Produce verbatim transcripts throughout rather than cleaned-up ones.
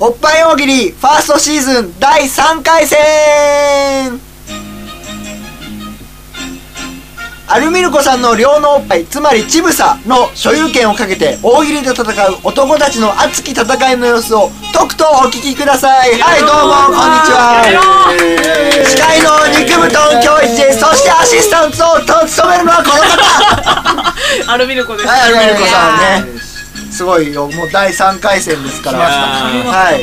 おっぱい大喜利ファーストシーズンだいさんかい戦。アルミルコさんの両のおっぱい、つまりちぶさの所有権をかけて大喜利で戦う男たちの熱き戦いの様子をとくとお聞きください。はい、どうもこんにちは。司会の肉布団恭一です。そしてアシスタントを務めるのはこの方アルミルコです。 はい、アルミルコさんね、すごいよ、もうだいさんかい戦ですから、はい、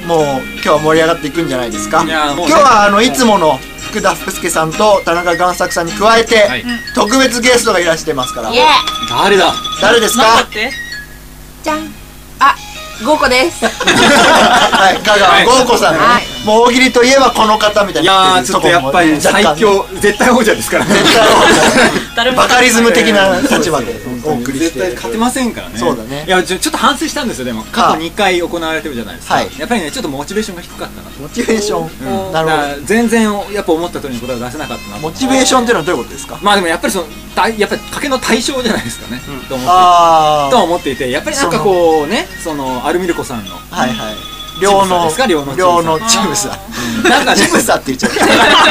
もう今日は盛り上がっていくんじゃないですか。今日はあのいつもの福田福助さんと田中贋作さんに加えて、はい、特別ゲストがいらしてますから。 誰だ誰ですか？ じゃん、あ、ゴーコです。 はい、香川ゴーコさんね、はい、もう大喜利といえばこの方みたいな。 いやー、ちょっとやっぱり最強絶対王者ですからね。 絶対王者バカリズム的な立場でお送りして絶対勝てませんからね。 そうだね。 いや、ちょっと反省したんですよ。でも過去にかい行われてるじゃないですか。やっぱりね、ちょっとモチベーションが低かったな。 モチベーション、なるほど。 全然やっぱ思った通りの答えを出せなかったな。 モチベーションっていうのはどういうことですか？ まあでもやっぱりそのやっぱり賭けの対象じゃないですかね、と思ってと思っていて、やっぱりなんかこうね、そのアルミルコさんのはいはい、両の両のチブサ、なんかチブサって言っちゃった。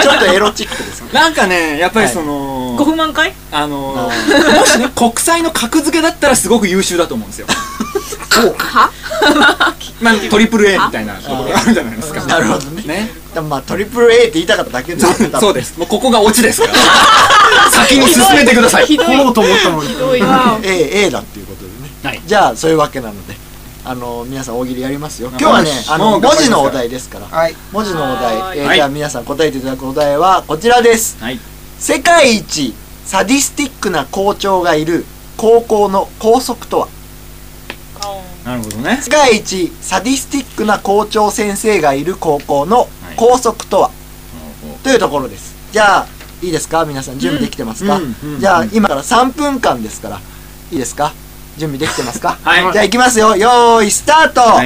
ちょっとエロチックですね。 なんかね、やっぱりそのごふんまんかい、 あのもしね国際の格付けだったらすごく優秀だと思うんですよ。 は？ まあトリプル A みたいなところがあるじゃないですか。 なるほどね。でもまあトリプル A って言いたかっただけです。 そうです。もうここがオチですから。先に進めてください。 ひどい。 こうと思ったのに。 ひどい。 A A だっていうことでね。じゃあそういうわけなので、あの皆さん大喜利やりますよ。今日はね、あの文字のお題ですから。文字のお題、じゃあ皆さん答えていただくお題はこちらです。世界一サディスティックな校長がいる高校の校則とは？ なるほどね。 世界一サディスティックな校長先生がいる高校の校則とは、というところです。じゃあいいですか、皆さん準備できてますか？じゃあ今からさんぷんかんですから、いいですか、準備できてますか？はい、じゃあいきますよ。よーいスタート。はい、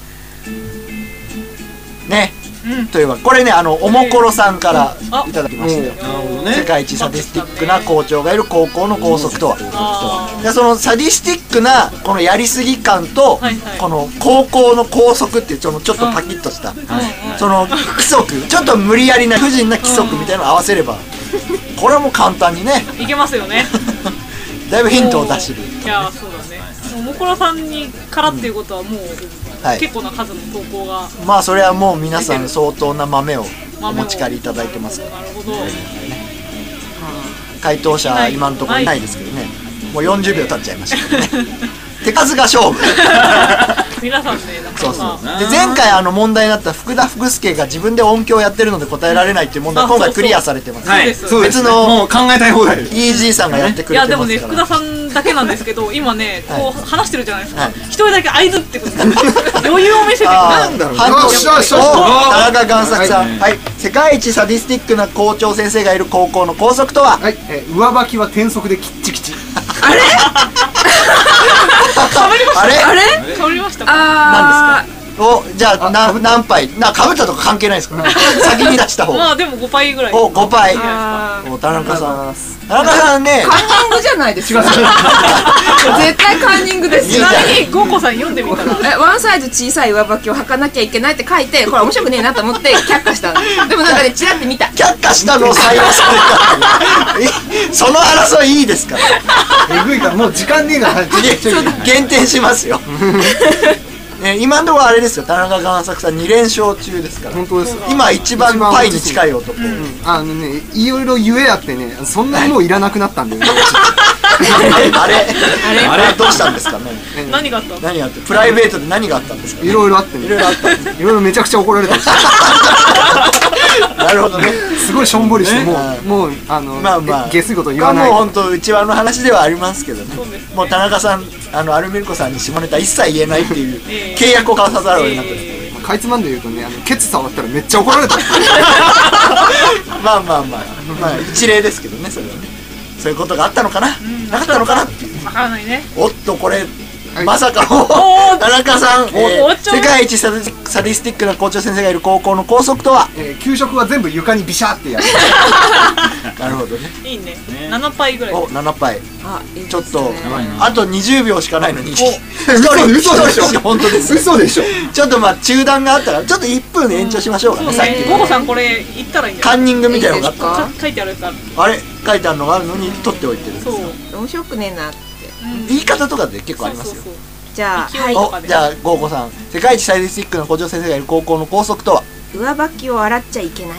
ね、うん、というわけこれね、あのおもころさんからいただきましたよ。世界一サディスティックな校長がいる高校の校則とは。でそのサディスティックなこのやりすぎ感と、この高校の校則っていうそのちょっとパキッとしたその規則、ちょっと無理やりな不尽な規則みたいなのを合わせれば、これはもう簡単にねいけますよね。 だいぶヒントを出してる。 いや、そうだね。もころさんにからっていうことはもう結構な数の投稿が、 まあそれはもう皆さん相当な豆をお持ち帰りいただいてますから。 なるほど。 回答者今のところいないですけどね、もうよんじゅうびょう経っちゃいましたけどね。手数が勝負。 皆さんね、 そうそう。で前回あの問題になった福田福助が自分で音響をやってるので答えられないっていう問題、今回クリアされてます。別のもう考えたい放題。 イージーさんがやってくれてますから。 いやでもね、福田さんだけなんですけど、今ねこう話してるじゃないですか。一人だけ合図って余裕を見せてくる。 なんだろう。田中贋作さん、はい。世界一サディスティックな校長先生がいる高校の校則とは？はい。 上履きは転足でキッチキチ。 あれ？ かぶりました。 あれ？ あれ？ かぶりました。 何ですか？お、じゃあ何何杯？なかぶったとか関係ないですか？先に出した方。 まあでもごパイぐらい。 お、ごパイ。お、田中さん。田中さんね。 カンニングじゃないですか。絶対カンニングですよ。 ちなみにゴーコさん読んでみたら。 え、ワンサイズ小さい上履きを履かなきゃいけないって書いて、これ面白くねえなと思って却下したんです。でもなんかね、チラって見た。 却下したのを採用された。その争いいいですから。 えぐいからもう時間ねえから減点しますよ。ね、今のところあれですよ、田中贋作さんにれん勝中ですから。 本当です。 今一番パイに近い男。 あのね、いろいろゆえあってね、そんなにもういらなくなったんだよね。 あれあれどうしたんですかね。 何があった？ 何があって、プライベートで何があったんですか。 いろいろあってね。 いろいろあった。 いろいろめちゃくちゃ怒られたりして。 なるほどね。 すごいしょんぼりしてもうもうあのまあまあ下水こと言わない。 もう本当内輪の話ではありますけどね。もう田中さん、あのアルミルコさんに下ネタ一切言えないっていう契約を交わさざるを得なくて。 かいつまんで言うとね、あのケツ触ったらめっちゃ怒られた。 まあまあまあまあ一例ですけどね、それはね。そういうことがあったのかな、なかったのかなっていう。 わからないね。 おっとこれまさかの田中さん、えー、世界一サディスティックな校長先生がいる高校の校則とは、 えー、給食は全部床にビシャってやるなるほどね。 いいね。ななパイぐらい。 お、ななパイ。 あ、 ちょっとあとにじゅうびょうしかないのに。 嘘でしょ。 本当です。 嘘でしょ。 ちょっとまあ中断があったからちょっといっぷん延長しましょうかね。さっきゴゴさんこれ言ったらいいんじゃない？ カンニングみたいなのがあった。 書いてあるやつある。 あれ書いてあるのがあるのに取っておいてるんですよ。 面白くねえなって言い方とかで結構ありますよ。 じゃあ、はい、 お、じゃあゴーゴさん、世界一サディスティックな校長先生がいる高校の校則とは？ 上履きを洗っちゃいけない。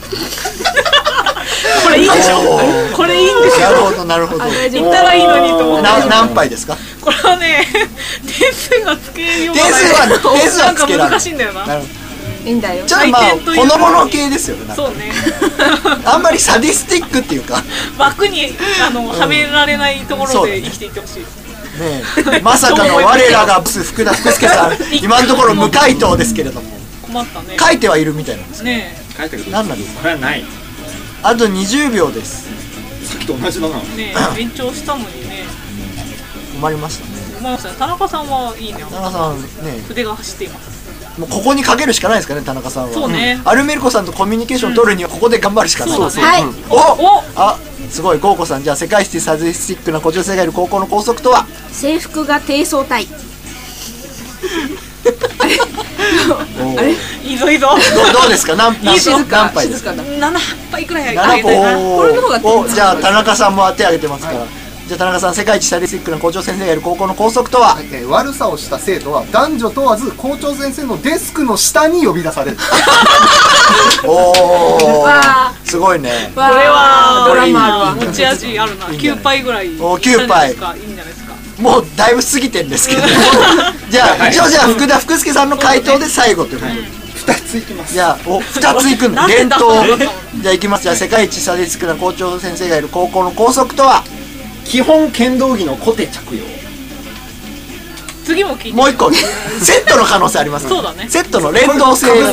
これいいでしょ。これいいんですよ。 なるほどなるほど。 言ったらいいのにと思って。 何杯ですか？ これはね、点数がつけようがない。 点数は点数はつけられない。 難しいんだよな。 いいんだよ。 ちょっとまあほのぼの系ですよね。 そうね。 あんまりサディスティックっていうか枠にあのはめられないところで生きていってほしいですね。 ねえ、まさかの我らがブス福田福助さん今のところ無回答ですけれども。 困ったね。 書いてはいるみたいなんですね。 書いてくる。 何なんですか？ これはない。 あとにじゅうびょうです。 さっきと同じだな。 ね、延長したのにね。 困りましたね。 困りましたね。田中さんはいいね。 田中さんね、 筆が走っています。 もうここにかけるしかないですかね、田中さんは。 そうね。 アルメルコさんとコミュニケーション取るにはここで頑張るしかない。 そうそう。 はい。 お、あ、すごいゴーコさん、じゃあ世界一サディスティックな校長先生がいる高校の校則とは？ 制服が低層体。 あれ？いいぞいいぞ。 どうですか？何何何杯ですか？ 七杯くらいあげてな。 これの方がお、じゃあ田中さんも手挙げてますから。じゃあ田中さん、世界一サディスティックな校長先生がいる高校の校則とは？ はい、えー、悪さをした生徒は男女問わず校長先生のデスクの下に呼び出される。 おー、すごいね。 これはドラマあるわ。持ち味あるな。きゅうパイぐらい。 お、きゅうパイ。いいんじゃないですか。もうだいぶ過ぎてんですけど。じゃあ一応じゃあ福田福助さんの回答で最後ということで。 ふたついきます。 じゃあおふたついくの連投。じゃあいきます。じゃあ世界一サディスティックな校長先生がいる高校の校則とは？ 基本剣道着のコテ着用。 次も聞いて。 もう一個セットの可能性あります。 そうだね。 セットの連動性。はい。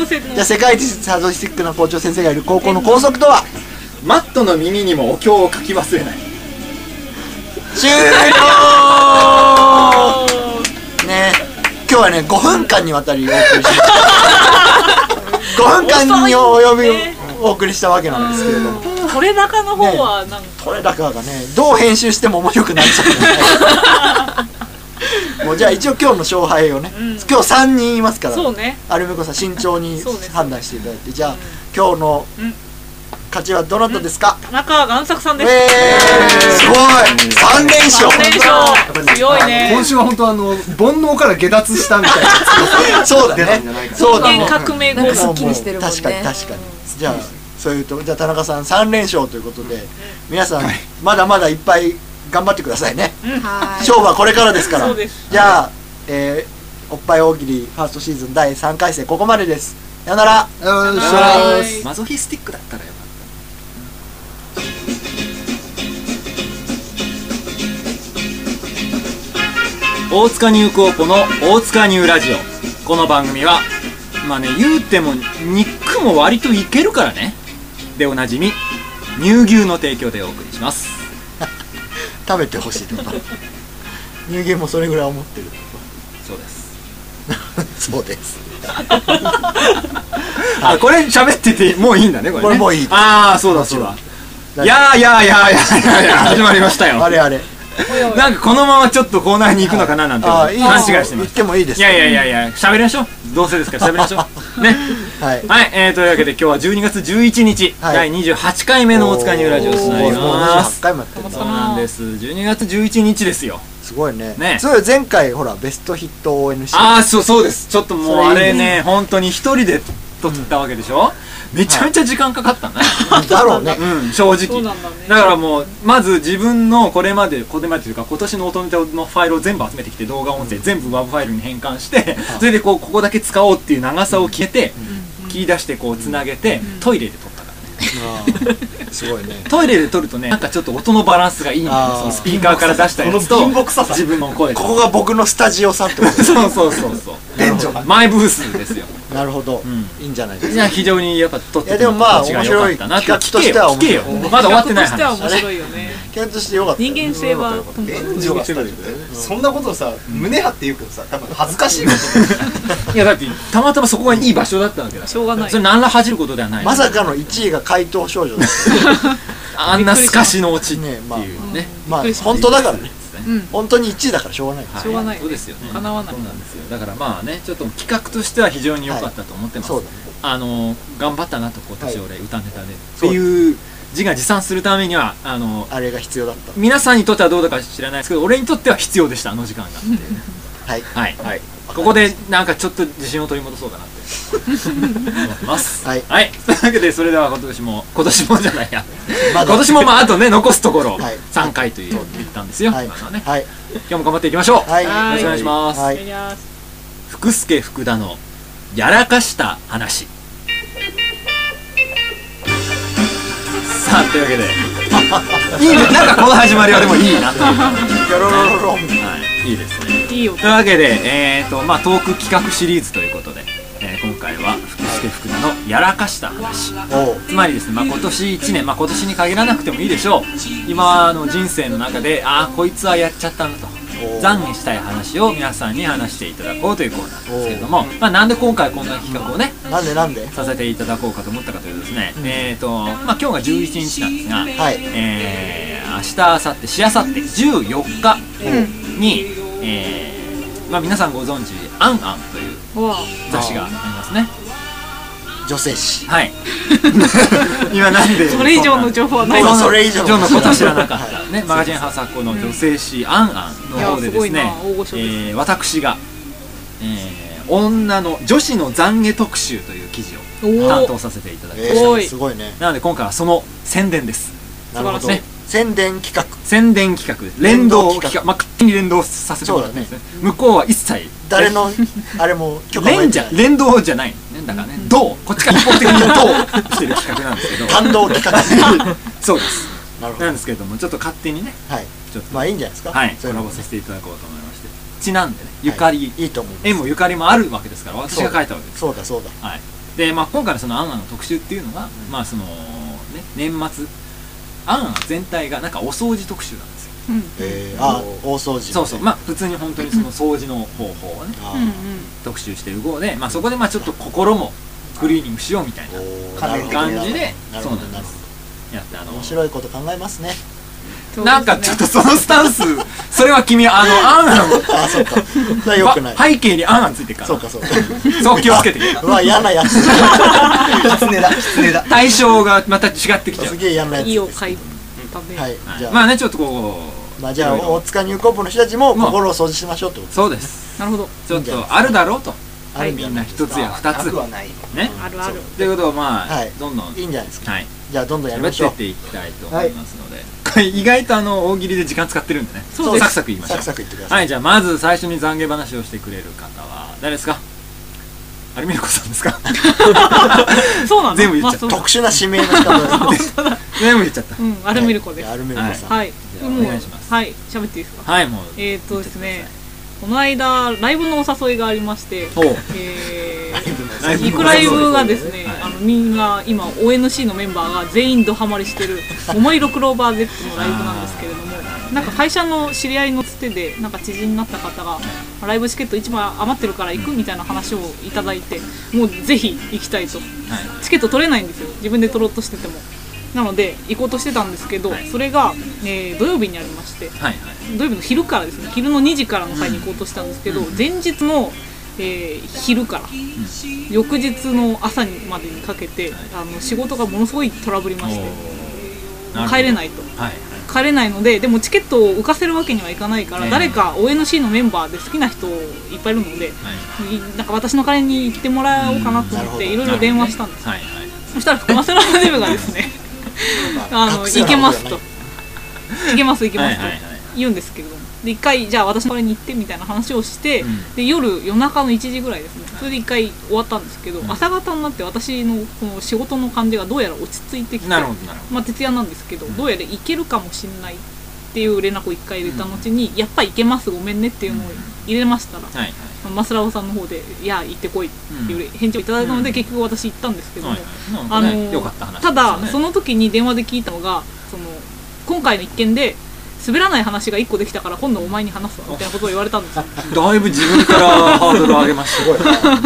じゃあ世界一サディスティックな校長先生がいる高校の校則とは？ マットの耳にもお経を書き忘れない。 終了。ね、今日はねごふんかんにわたりお送りしました。ごふんかんに及びお送りしたわけなんですけれども。 取れ高の方はなんか、ね、 取れ高がねどう編集しても面白くなっちゃう。もうじゃあ一応今日の勝敗をね、うん、今日さんにんいますから、 そうね、 アルメコさん慎重に判断していただいて、じゃあ、うん、今日の勝ちはどなたですか？ 田中贋作さんです。 えー、すごいさんれんしょう。 さんれんしょう強いね。 今週は本当あの煩悩から下脱したみたいな。 そうだね。 そうだね。革命後すっきりしてるもんね。 確かに確かに。じゃあそういうと、じゃあ田中さんさんれんしょうということで、皆さんまだまだいっぱい頑張ってくださいね。勝負はこれからですから。じゃあ、えー、おっぱい大喜利ファーストシーズンだいさんかいせいここまでです。さよなら。 マゾヒスティックだったらよかった。大塚ニューコーポの大塚ニューラジオ。この番組はまあね、言うても肉も割といけるからねでおなじみ乳牛の提供でお送りします。 食べてほしいとか乳牛もそれぐらい思ってる。 そうですそうですあ、これ喋っててもういいんだね、これね。 これもういい。 ああ、そうだそうだ。いやーいやーいやーいやーいやーいやー始まりましたよ。 あれあれなんかこのままちょっとコーナーに行くのかななんて勘違いしてました。 行ってもいいですか？いやいやいやいや、喋りましょう。どうせですから喋りましょうね。はい、はい、えー、というわけで今日はじゅうにがつじゅういちにち、はい、だいにじゅうはちかいめの大塚ニューラジオとなります。そうなんです。じゅうにがつじゅういちにちですよ。 すごいね。ね、そう前回ほらベストヒット オーエヌシー。 ああ、そうそうです。ちょっともうあれね、本当に一人で撮ったわけでしょ。めちゃめちゃ時間かかったね。 だろうね。 うん、正直。だからもうまず自分のこれまでこれまでというか今年の音ネタのファイルを全部集めてきて、動画音声全部ワブファイルに変換して、それでこうここだけ使おうっていう長さを決めて切り出してこうつなげてトイレで撮ったからね。 すごいね。 トイレで撮るとね、なんかちょっと音のバランスがいいんだよ。そのスピーカーから出したやつと自分の声。 ここが僕のスタジオさってこと。 そうそうそうそう。マイブースですよ。 なるほど、いいんじゃないですか。 いや、非常にやっぱ撮っててもまあ面白い企画としては面白い。 まだ終わってない話。 面白いよね。 キャラとしてよかった。 人間性は炎上はしたりそんなことをさ胸張って言うけどさ多分恥ずかしいこといやだってたまたまそこがいい場所だったわけだ。 しょうがない。 それ何ら恥じることではない。 まさかのいちいが怪盗少女だった。 あんな透かしのオチっていうね。 まあ本当だからね。本当にいちいだからしょうがない。 しょうがない。 そうですよね。 叶わない。 そうなんですよ。だからまあねちょっと企画としては非常に良かったと思ってます。あの頑張ったなと今年俺歌ネタでっていう自画自賛するためにはあのあれが必要だった。 皆さんにとってはどうだか知らないですけど俺にとっては必要でしたあの時間が。 はいはいはい。ここでなんかちょっと自信を取り戻そうかなって思ってます。はいはいというわけでそれでは今年も今年もじゃないや今年もまああとね残すところさんかいという言ったんですよ。今のね今日も頑張っていきましょう。よろしくお願いします。福助福田のやらかした話。さあというわけでいいねなんかこの始まりはでもいいなっていうはいいいですね。 いいよ。 というわけでえっとまあトーク企画シリーズということで、えー、今回は福助福田のやらかした話。つまりですねまあ今年いちねんまあ今年に限らなくてもいいでしょう。今の人生の中でああこいつはやっちゃったんだと懺悔したい話を皆さんに話していただこうというコーナーなんですけれども、まあ、なんで今回こんな企画をねなんでなんでさせていただこうかと思ったかというとですね、うん、えっとまあ今日がじゅういちにちなんですが、はい、えー、明日明後日しあさってじゅうよっかに、うん、えー、まあ皆さんご存知「アンアン」という雑誌がありますね。 女性誌。 はい今なんでそれ以上の情報はない。 それ以上のことは知らなかったね。マガジンハサコの女性誌「アンアン」の方でですね、えー、私が、えー、女の女子の懺悔特集という記事を担当させていただきました。 すごいね。 なので今回はその宣伝です。 なるほどね。宣伝企画。 宣伝企画です連動企画。まあ勝手に連動させてもらってですね。向こうは一切誰のあれも許可も連じゃ連動じゃないだからね、どうこっちから一方的にどうしてる企画なんですけど感動企画そうです。なんですけれどもちょっと勝手にねちょっとまあいいんじゃないですか。 はいコラボさせていただこうと思いましてちなんでねゆかりいいと思います。 縁もゆかりもあるわけですから私が書いたわけです。 そうだそうだ。 はいでまあ今回のその「アンアン」の特集っていうのがまあそのね年末「アンアン」全体がなんかお掃除特集なんですよ。 えー、あ大掃除。 そうそうまあ普通に本当にその掃除の方法をね特集してる号でまあそこでまあちょっと心もクリーニングしようみたいな感じでそうなんですやってあの面白いこと考えますね。 なんかちょっとそのスタンスそれは君あのアンアンあそうかそれよくない背景にアンアンついてるからそうかそうかそう気をつけてうわ嫌なやつ狐だ狐だ対象がまた違ってきちゃう。 すげえ嫌なやつ。 いいを書いたね。 はいじゃあまあねちょっとこうまあじゃあ大塚ニューコープの人たちも心を掃除しましょうってこと。 そうです。 なるほど。 ちょっとあるだろうとみんな一つや二つねあるあるということをまあどんどんいいんじゃないですか。 はいじゃあどんどんやりましょう。 喋っていっていきたいと思いますのでこれ意外とあの大喜利で時間使ってるんでねサクサク言いましょう。サクサク言ってください。はいじゃあまず最初に懺悔話をしてくれる方は誰ですか。アルミルコさんですか。 そうなんだ。 全部言っちゃった。 特殊な指名の仕方です。 全部言っちゃった。 うんアルミルコです。 アルミルコさんはいお願いします。 はい喋っていいですか。 はいもうえっとですねこの間ライブのお誘いがありましてえー、イクライブがですね、あのみんな今 オーエヌシー のメンバーが全員ドハマりしてる桃色クローバー ゼット のライブなんですけれどもなんか会社の知り合いのつてでなんか知人になった方がライブチケットいちまい余ってるから行くみたいな話をいただいてもうぜひ行きたいと、はい、チケット取れないんですよ自分で取ろうとしててもなので行こうとしてたんですけど、はい、それが、えー、土曜日にありまして、はいはい、土曜日の昼からですね昼のにじからの回に行こうとしたんですけど、うん、前日のえー、昼から、うん、翌日の朝にまでにかけて、はい、あの仕事がものすごいトラブりまして帰れないと、はい、帰れないのででもチケットを浮かせるわけにはいかないから、えー、誰か オーエヌシー のメンバーで好きな人いっぱいいるので、はい、なんか私の代わりに行ってもらおうかなと思っていろいろ電話したんです、はいはい、そしたらマセラのデブがですねあの行けますと行けます行けますと言うんですけれどもでいっかいじゃあ私の代わりに行ってみたいな話をして、うん、で夜夜中のいちじぐらいですねそれでいっかい終わったんですけど、うん、朝方になって私のこの仕事の感じがどうやら落ち着いてきて、まあ、徹夜なんですけど、うん、どうやら行けるかもしれないっていう連絡をいっかい入れた後に、うん、やっぱ行けますごめんねっていうのを入れましたら、うんはいはい、マスラオさんの方でいや行ってこいっていう返事をいただいたので、うん、結局私行ったんですけども、はいはいあのー、よかった話ですね、ただその時に電話で聞いたのがその今回の一件で滑らない話がいっこできたから今度お前に話すわみたいなことを言われたんですよ。 だいぶ自分からハードルを上げました。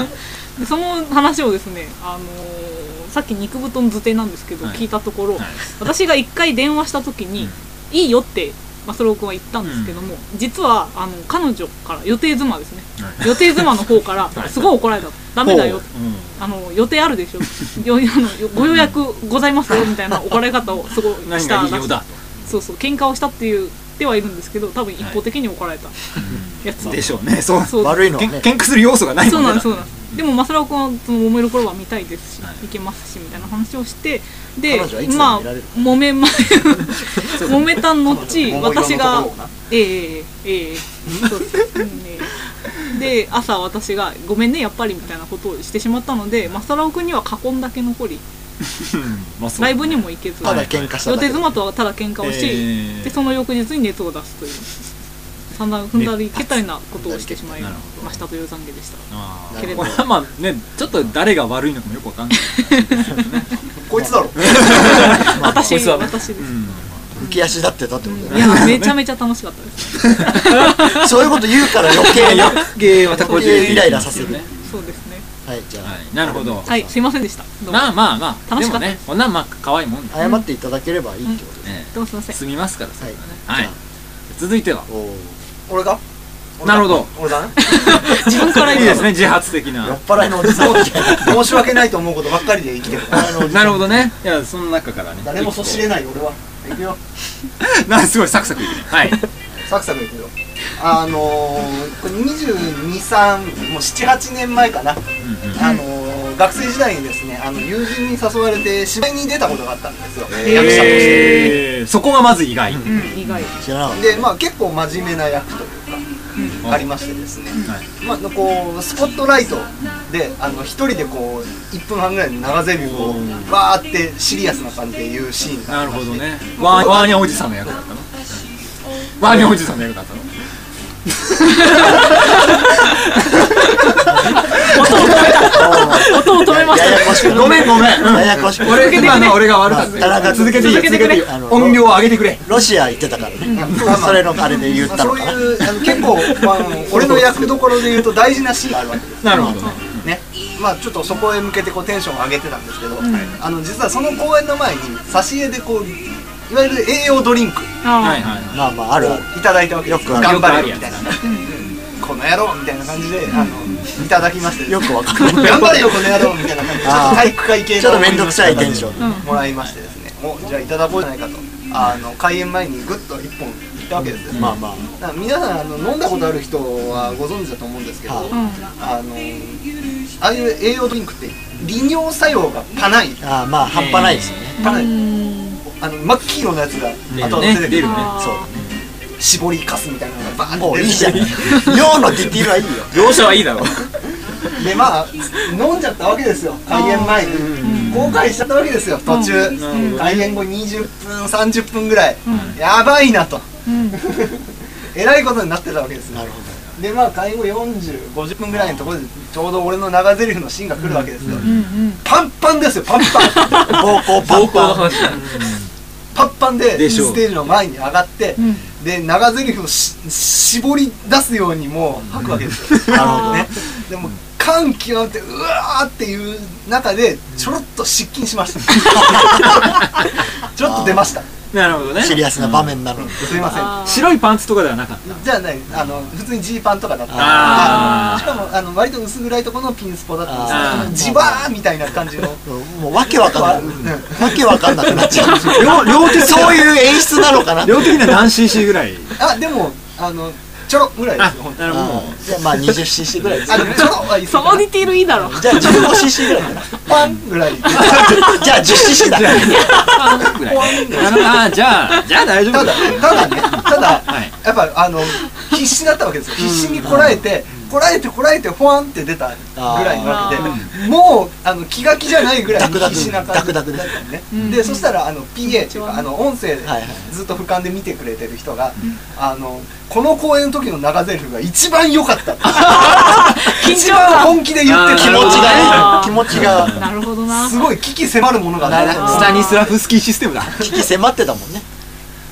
でその話をですね、あのー、さっき肉布団図手なんですけど、はい、聞いたところ、はい、私がいっかい電話した時に、うん、いいよってマスロー君は言ったんですけども、うん、実はあの彼女から予定妻ですね、はい、予定妻の方からすごい怒られたダメだよ、うん、あの予定あるでしょよあのご予約ございますよみたいな怒られ方をすごいしたらしい。そうそう喧嘩をしたっていうではいるんですけど、多分一方的に怒られたやつ、 はい、でしょうね。そうそう悪いのはね、 喧嘩する要素がないもんね。そうなんですそうなんです。でもマスラオ君はその揉める頃は見たいですし、はい、行けますしみたいな話をして、でまあ揉めま揉めた後私がええええそうですね。で朝私がごめんねやっぱりみたいなことをしてしまったので、マスラオ君には過言だけ残りライブにも行けず、 ただ喧嘩した予定妻とはただ喧嘩をし、えー、でその翌日に熱を出すという散々踏んだり蹴ったりなことをしてしまいましたという懺悔でした。 けれどこれはまあね、ちょっと誰が悪いのかもよくわかんないこいつだろ私私です、 うん浮き足立ってたってことだね。いやめちゃめちゃ楽しかったですそういうこと言うから余計余計またこうイライラさせるね。 そうですね。 はいじゃあ、 はい、なるほど。 はいすいませんでした。 まあまあまあ楽しかったでもね、こんなんまあ可愛いもんで謝っていただければいいってことですね。 どうすいません。 済みますからそれはね。 はい。続いては俺がなるほど俺だね自分からいいですね自発的な酔っ払いのおじさん申し訳ないと思うことばっかりで生きてるなるほどね。いやその中からね誰もそしれない俺は行くよなんすごいサクサクいくね。はいサクサクいくよ。あのー、これにじゅうに、さんもうなな、はちねんまえかな、うんうん、あのー、学生時代にですねあの友人に誘われて芝居に出たことがあったんですよ、えー、役者として、 えー、そこがまず意外、うん、 意外でまあ結構真面目な役というか、うん、ありましてですね、はい、まあ、こうスポットライトであの一人でこういっぷんはんぐらいの長ゼリフをわーってシリアスな感じで言うシーンがありまして。 なるほどね。ワーワーニャおじさんの役だったのワーニャおじさんの役だったの音を止めました。 ごめんごめん。 ややこしく俺今の俺が悪かった。続けていい続けていい。音量を上げてくれ。 ロシア行ってたからね。それのあれで言ったのかな。 そういうあの結構まあ俺の役どころで言うと大事なシーンがあるわけです。 なるほどね。まあちょっとそこへ向けてこうテンションを上げてたんですけど、あの実はその公演の前に差し入れでこういわゆる栄養ドリンク、 はいはい、まあまああるいただいたわけです。よく頑張れみたいな。この野郎みたいな感じで、あのいただきまして、 よくわかんない頑張れよこの野郎みたいな感じでちょっと体育会系のちょっと面倒くさいテンションもらいましてですね、もうじゃあいただこうじゃないかと、あの開演前にグッといっぽんいったわけですよ。まあまあ皆さんあの飲んだことある人はご存知だと思うんですけど、あのああいう栄養ドリンクって利尿作用がパない。 あまあ半端ないですよね。 パない。あの真っ黄色のやつが後々出てくるね。そうだね。絞りかすみたいなのがバーンって出てきて、 量のディティールはいいよ。 描写はいいだろでまあ飲んじゃったわけですよ開演前に。後悔しちゃったわけですよ途中。開演後にじゅっぷんさんじゅっぷんぐらいやばいなとえらいことになってたわけですよ。なるほど。でまあ開演後よんじゅう、ごじゅっぷんぐらいのところでちょうど俺の長ゼリフのシーンが来るわけですよ。パンパンですよパンパン膀胱パンパンパンパンでステージの前に上がって、で長ゼリフをし絞り出すようにもう吐くわけですよ。なるほどね。でも感極まってうわーっていう中でちょろっと失禁しましたちょっと出ました。 なるほどね。 シリアスな場面なのに、うん、 すいません。 白いパンツとかではなかった。 じゃあね、あの普通にジーパンとかだった。あしかもあの割と薄暗いところのピンスポだったんですけど、ジバーみたいな感じのもうわけわかんない、わけわかんなくなっちゃう両手そういう演出なのかな。 両手には何 シーシー ぐらい。 あでもあのちょろぐらいですよ。 なるほど。 じゃあまあ にじゅっシーシー ぐらいです。 あでもちょろはいい。 そのディティールいいだろ。 じゃあ じゅうごシーシー ぐらいかな。 パンぐらい。 じゃあ じゅっシーシー だ。 あじゃあじゃあ大丈夫。 ただただねただやっぱあの必死だったわけですよ。必死にこらえてこらえてこらえてフワンって出たぐらいのわけで、もうあの気が気じゃないぐらい必死な感じだったんね。でそしたらあの ピーエー っていうかあの音声でずっと俯瞰で見てくれてる人があのこの公演の時の長ゼリフが一番良かった。一番本気で言ってる気持ちがね気持ちがなるほどな。 すごい危機迫るものがある。 スタニスラフスキーシステムだ。 危機迫ってたもんね。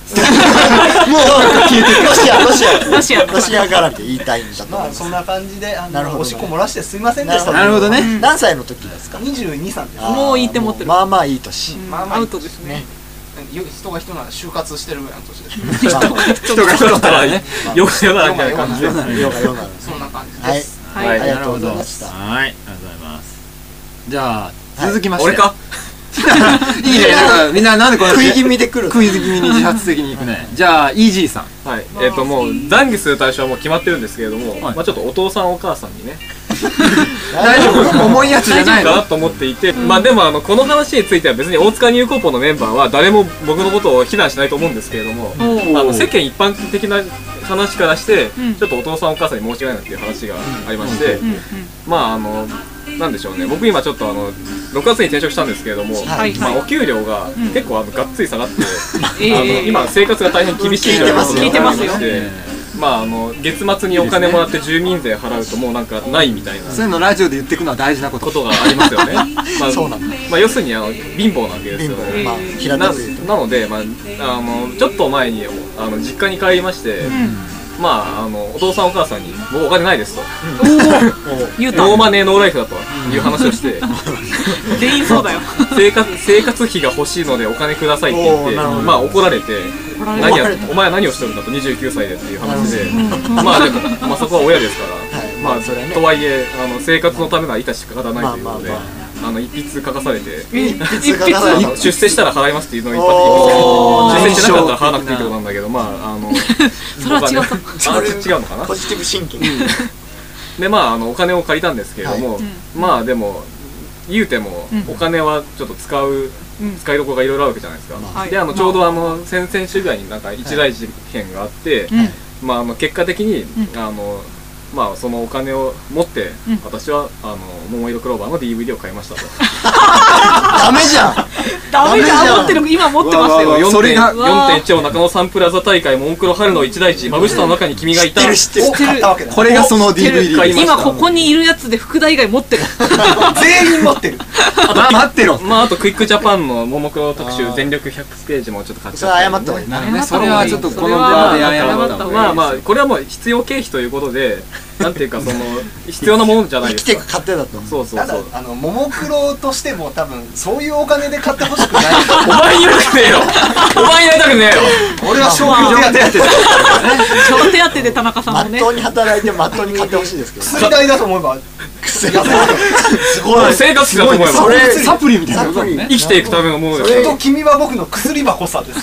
ですもう消えてるロシアロシアロシアロシア絡みで言いたいんだと思いまあます。 そんな感じであなるほどのおしっこ漏らしてすいませんでした。 なるほどね。 何歳の時ですか？ にじゅうに、さんです。 もういいって持ってる。 まあまあいい年。 まあまあアウトですね。 人が人なら就活してるぐらいの年です。 人が人だったらね、よくよならみたいな感じで。 よなるよなるよなる。 そんな感じはいです。 はい、 ありがとうございました。 はい、ありがとうございます。じゃあ続きまして。 俺か。 いいね。なんかみんななんでこれ食い気味で来る。 クイズ気味に自発的に行くね。じゃあイージーさん。 はい。えっともう懺悔する対象はもう決まってるんですけれども、まあちょっとお父さんお母さんにね。 大丈夫？重いやつじゃないの？ かなと思っていて、まあでもあのこの話については別に大塚ニューコーポのメンバーは誰も僕のことを非難しないと思うんですけれども、あの世間一般的な話からしてちょっとお父さんお母さんに申し訳ないなっていう話がありまして、まああのなんでしょうね、僕今ちょっとあのろくがつに転職したんですけれども、まあお給料が結構あのがっつり下がって、あの今生活が大変厳しい状況聞いてますよ。 まああの月末にお金もらって住民税払うともうなんかないみたいなそういうのラジオで言っていくのは大事なことことがありますよね。まあ、 そうなんだ。 まあ要するにあの貧乏なわけですよね。 まあ平なたく言うと。 なのでまああのちょっと前にあの実家に帰りまして、まああのお父さんお母さんにもうお金ないですと。 言うた。 ノーマネーノーライフだという話をして、 全員そうだよ。 生活生活費が欲しいのでお金くださいって言って、まあ怒られて。何やお前は何をしてるんだとにじゅうきゅうさいでっていう話で、まあでも、まあ、そこは親ですから、まあとはいえあの生活のためなら致し方ないということで、あの一筆書かされて出世したら払いますっていうのを一発出世してなかったら払わなくていいってことなんだけど、まああのそれは違ったあ違うのかな。 ポジティブシンキングでまああのお金を借りたんですけれども、まあでも言うてもお金はちょっと使う使いどころがいろいろあるわけじゃないですか。 はい、 であのちょうどあの先々週ぐらいになんか一大事件があって、はい、まああの結果的に、うん、あのまあそのお金を持って、うん、私はあの桃色クローバーの ディーブイディー を買いましたと。 ダメじゃん。 ダメじゃん。持ってる今持ってますよ。 それが よんてんいち を中野サンプラザ大会モンクロ春の一大事まぶしさの中に君がいた。 知ってる知ってる。 これがその ディーブイディー。 今ここにいるやつで福田以外持ってる。 全員持ってる。 まあ待ってろ。 まああとクイックジャパンのももクロ特集全力ひゃくページもちょっと買っちゃった。 それ謝った方がいいな。 それはちょっとこの場で謝った方がいい。 まあまあこれはもう必要経費ということで。なんていうかその必要なものじゃないですか。 生きていく過程だと。 そうそうそう。 あのももクロとしても多分そういうお金で買ってほしくない。 お前にやりたくねえよ。お前にやりたくねえよ。 俺は商業手当。 商手当で田中さんもね。 まっとうに働いてまっとうに買ってほしいですけど。 薬代だと思えば。 すごい。 生活費だと思えば。 それサプリみたいなことね。生きていくためのものです。 それと君は僕の薬箱さです。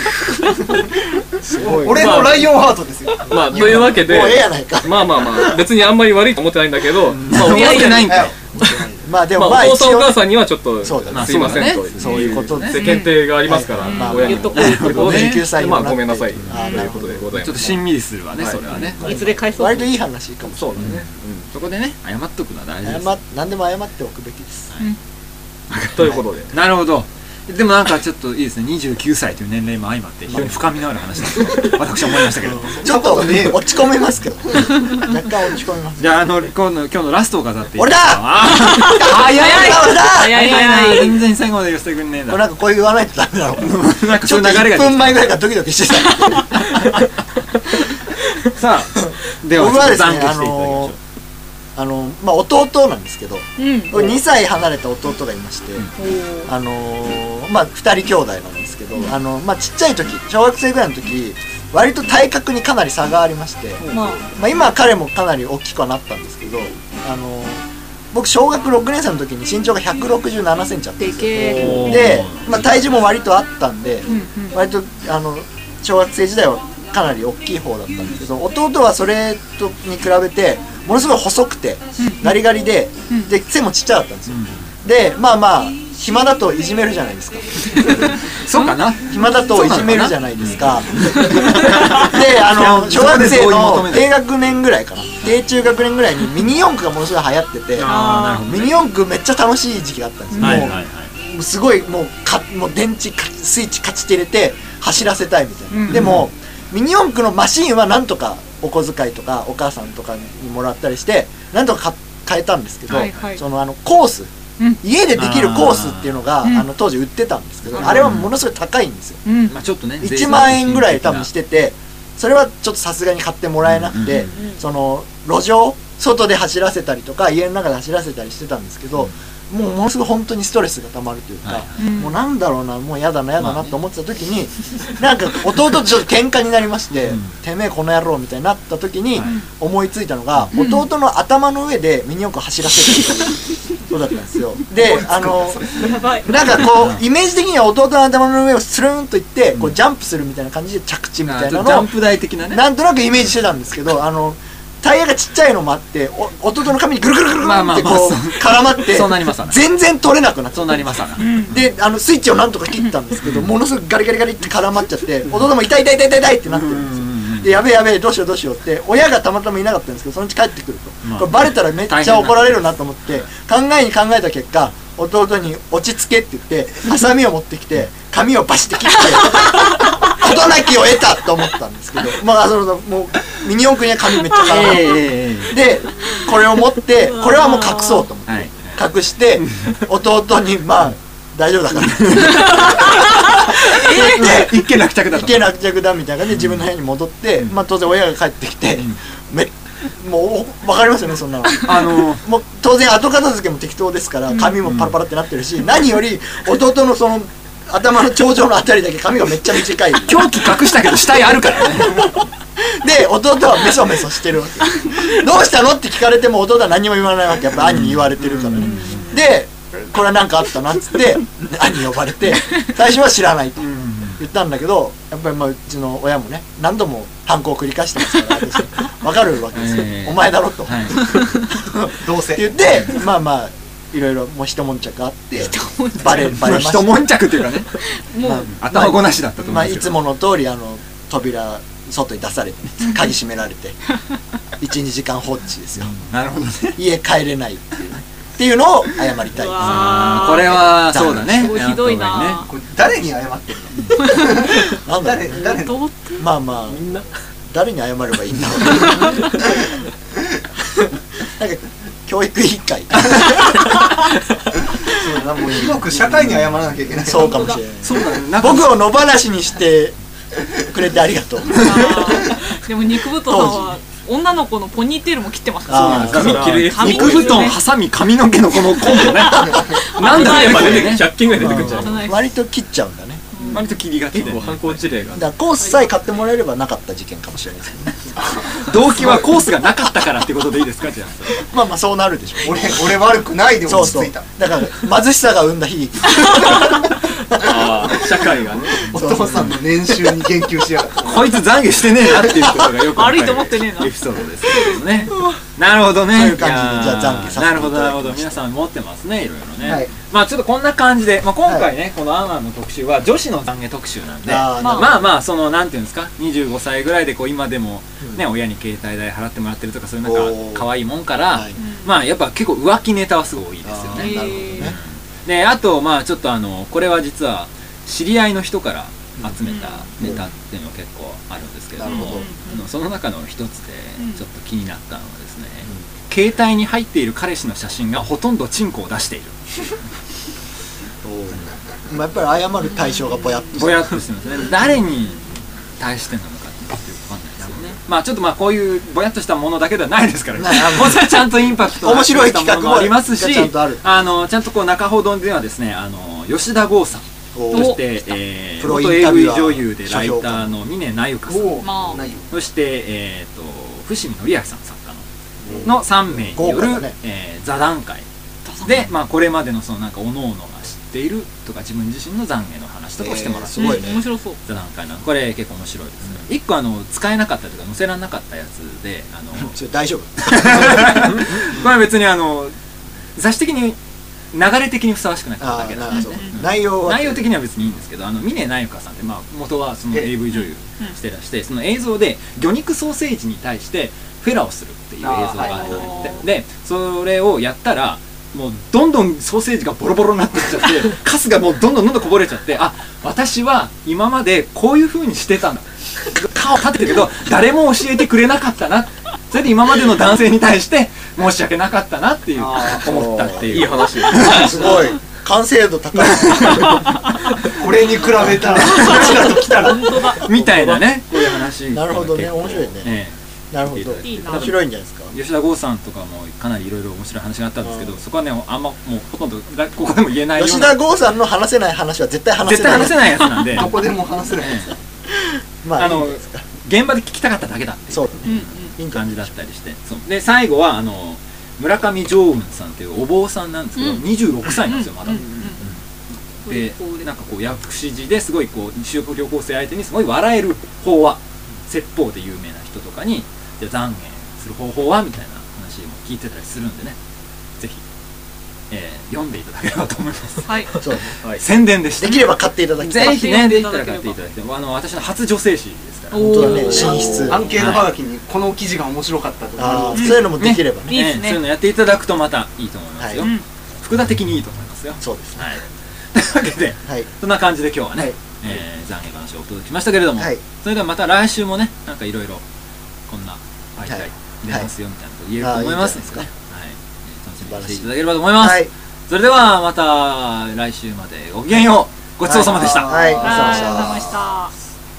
俺のライオンハートですよ。 まあというわけで。 もうええやないか。 まあまあまあ別にあんまり悪いと思ってないんだけど。まあ思ってないんかい。 まあでもまあお父さんお母さんにはちょっとすいませんとそういうことで世間体がありますから親に言っとこういうことでまあごめんなさいということでございます。 ちょっとしんみりするわねそれはね。 いずれ返そう。 割といい話かもしれない。 そうだね。 そこでね謝っとくのは大事です。 何でも謝っておくべきです。 ということで。 なるほど。でもなんかちょっといいですね、にじゅうきゅうさいという年齢も相まって非常に深みのある話だと私は思いましたけどちょっと落ち込みますけど若干落ち込みます。 じゃああの今の今日のラストを飾っていい俺だ早い早い早い全然最後まで言わせてくれねえんだ。 なんかこう言わないとダメだろう。 なんかそういう流れがいっぷんまえぐらいからドキドキしてた。 さあでは僕はですね懺悔していただきましょう。 あのまあ弟なんですけど、うん、にさい離れた弟がいまして、うん、あのー、まあふたり兄弟なんですけど、うん、あのまあちっちゃい時小学生ぐらいの時割と体格にかなり差がありまして、うん、まあ今は彼もかなり大きくはなったんですけど、あのー、僕小学ろくねん生の時に身長がひゃくろくじゅうななセンチあったんですよ。で、まあ、体重も割とあったんで、うんうん、割とあの小学生時代はかなり大きい方だったんですけど、弟はそれとに比べてものすごい細くてガリガリで、で背もちっちゃかったんですよ。でまあまあ暇だといじめるじゃないですか。 そうかな。 暇だといじめるじゃないですか。であの小学生の低学年ぐらいかな、低中学年ぐらいにミニ四駆がものすごい流行ってて、ミニ四駆めっちゃ楽しい時期があったんですよ。もうすごいもうかもう電池スイッチカチって入れて走らせたいみたいな。でもミニ四駆のマシンはなんとかお小遣いとかお母さんとかにもらったりしてなんとか買えたんですけど、はいはい、そのあのコース家でできるコースっていうのがあの当時売ってたんですけど、あれはものすごい高いんですよ。 まあちょっとねいちまんえんぐらい多分してて、それはちょっとさすがに買ってもらえなくて、その路上外で走らせたりとか家の中で走らせたりしてたんですけど、もうものすごい本当にストレスがたまるというか、はい、もうなんだろうな、もうやだなやだなと思ってた時に、まあね、なんか弟とちょっと喧嘩になりまして、うん、てめえこの野郎みたいになった時に思いついたのが、うん、弟の頭の上でミニ四駆走らせるそうだったんですよ。で、あのなんかこうイメージ的には弟の頭の上をスルーンといってこうジャンプするみたいな感じで着地みたいなのを、 ジャンプ台的なね、 なんとなくイメージしてたんですけど、あのタイヤがちっちゃいのもあって、お弟の髪にぐるぐるぐるぐるってこう絡まって全然取れなくなっちゃって、であのスイッチをなんとか切ったんですけど、ものすごくガリガリガリって絡まっちゃって、弟も痛い痛い痛い痛い痛いってなってるんですよ。でやべえやべえどうしようどうしようって、親がたまたまいなかったんですけど、そのうち帰ってくると、これバレたらめっちゃ怒られるなと思って考えに考えた結果、弟に落ち着けって言ってハサミを持ってきて髪をバシッて切って事なきを得たと思ったんですけど、まあそのもうミニ四駆には髪めっちゃ絡まって、えー、でこれを持ってこれはもう隠そうと思って、はい、隠して弟にまあ大丈夫だからえー、一件落着だと一件落着だみたいな感じで自分の部屋に戻って、うん、まあ当然親が帰ってきて、うん、めもう分かりますよねそんなの、あのー、もう当然後片付けも適当ですから髪もパラパラってなってるし、うん、何より弟のその頭の頂上のあたりだけ髪がめっちゃ短い狂気隠したけど死体あるからねで弟はメソメソしてるわけどうしたのって聞かれても弟は何も言わないわけ、やっぱ兄に言われてるからね。でこれは何かあったなっつって兄呼ばれて、最初は知らないと言ったんだけど、やっぱりまあうちの親もね何度も反抗を繰り返してますから私分かるわけですよ、えー、お前だろと、はい、どうせって言ってまあまあいろいろもう一悶着あってバレバレました。 一悶着っていうかねもう、まあ、頭ごなしだったと思うんですけど、 まあ、いつもの通りあの扉外に出されて鍵閉められていちにじかん放置ですよ。 なるほどね。 家帰れないっていうっていうのを謝りたい。 あこれはそうだね。 ひどいな。 これ誰に謝ってるの？なんだ誰誰の？ まあまあみんな誰に謝ればいいんだろう。なんか教育委員会。 そうだもう広く社会に謝らなきゃいけない。 そうかもしれない。そうだね。僕を野放しにしてくれてありがとう。 でも肉太さんは女の子のポニーテールも切ってますからね。 髪切る肉布団ハサミ髪の毛のこのコンボね。なんだよひゃっけんぐらい出てくるんじゃない。 割と切っちゃうんだね。 割と切りがちで犯行事例が。 だからコースさえ買ってもらえればなかった事件かもしれないですけどね。 動機はコースがなかったからってことでいいですかじゃあ。 まあまあそうなるでしょ。 俺俺悪くないで落ち着いた。 だから貧しさが生んだ悲劇。 あ社会がね。 お父さんの年収に言及しやがった。 こいつ懺悔してねえなっていうことがよく悪いと思ってねえなエピソードですけどね。なるほどね。 そういう感じでじゃあ懺悔させていただきます。 なるほどなるほど。皆さん持ってますねいろいろね。はい、まあちょっとこんな感じで、まあ今回ね、はい、このアンアンの特集は女子の懺悔特集なんで、あまあまあまあそのなんていうんですか、にじゅうごさいぐらいでこう今でもね、うん、親に携帯代払ってもらってるとかそういうなんか可愛いもんから、はい、まあやっぱ結構浮気ネタはすごい多いですよね。なるほどね。であとまあちょっとあのこれは実は知り合いの人から集めたネタっていうのが結構あるんですけれども、うん、その中の一つでちょっと気になったのはですね、うん、携帯に入っている彼氏の写真がほとんどチンコを出している。 やっぱり謝る対象がぼやっとぼやっとしてますね。誰に対してなのかって分かんないですよね。まあちょっとまあこういうぼやっとしたものだけではないですから、ね、もうちゃんとインパクト面白い企画もありますし、ちゃんとあるあのちゃんとこう中ほどではですね、あの吉田剛さん、そして、えー、元 エーブイ 女優でライターの峰那由香さん、そして、えー、と伏見紀明さん作家ののさんめいによる、ねえー、座談会で、まあ、これまでのそのなんか各々が知っているとか自分自身の懺悔の話とかをしてもらって、えー、すごいね、面白そう座談会なの。これ結構面白いですね。いっこあの使えなかったというか載せられなかったやつで、あのそれ大丈夫これは別にあの雑誌的に流れ的にふさわしくなかっただけなんです。 内容は内容的には別にいいんですけど、あの峰那由香さんって、まあ、元はその エーブイ 女優してらして、その映像で魚肉ソーセージに対してフェラをするっていう映像があって、でそれをやったらもうどんどんソーセージがボロボロになってっちゃってカスがもうどんどんどんどんこぼれちゃって、あ、私は今までこういう風にしてたんだ、顔立ててるけど誰も教えてくれなかったなっそれで今までの男性に対して申し訳なかったなっていう思ったっていういい話すごい完成度高いこれに比べたらこちらと来たらみたいなねこういう話なるほどね面白いね、 ええ、なるほど面白いんじゃないですか。 吉田剛さんとかもかなりいろいろ面白い話があったんですけど、そこはねあんまもうほとんどここでも言えないような吉田剛さんの話せない話は絶対話せない絶対話せないやつなんでどこでも話せないやつ、 まああの現場で聞きたかっただけだっていう感じだったりして、そうで最後はあの村上常雲さんっていうお坊さんなんですけど、にじゅうろくさいなんですよまだ。でなんかこう薬師寺ですごいこう修学旅行生相手にすごい笑える法話、説法で有名な人とかにじゃあ懺悔する方法はみたいな話も聞いてたりするんでね、ぜひ、えー、読んでいただければと思います。 はい、 そう、 はい、宣伝でした。 できれば買っていただきたい。 ぜひね、できたら買っていただきたい。あの私の初女性誌ですから。 本当だね、寝室。 アンケートはがきにこの記事が面白かったとか、 そういうのもできればね。 いいですね。 そういうのやっていただくとまたいいと思いますよ。福田的にいいと思いますよ。 そうですね。 というわけで、そんな感じで今日はね、懺悔話をお届けしましたけれども、それではまた来週もね、なんかいろいろこんな媒体出ますよみたいなこと言えると思いますので、楽しみにしていただければと思います。それではまた来週までごきげんよう。ごちそうさまでした。 はい、ごちそうさまでした。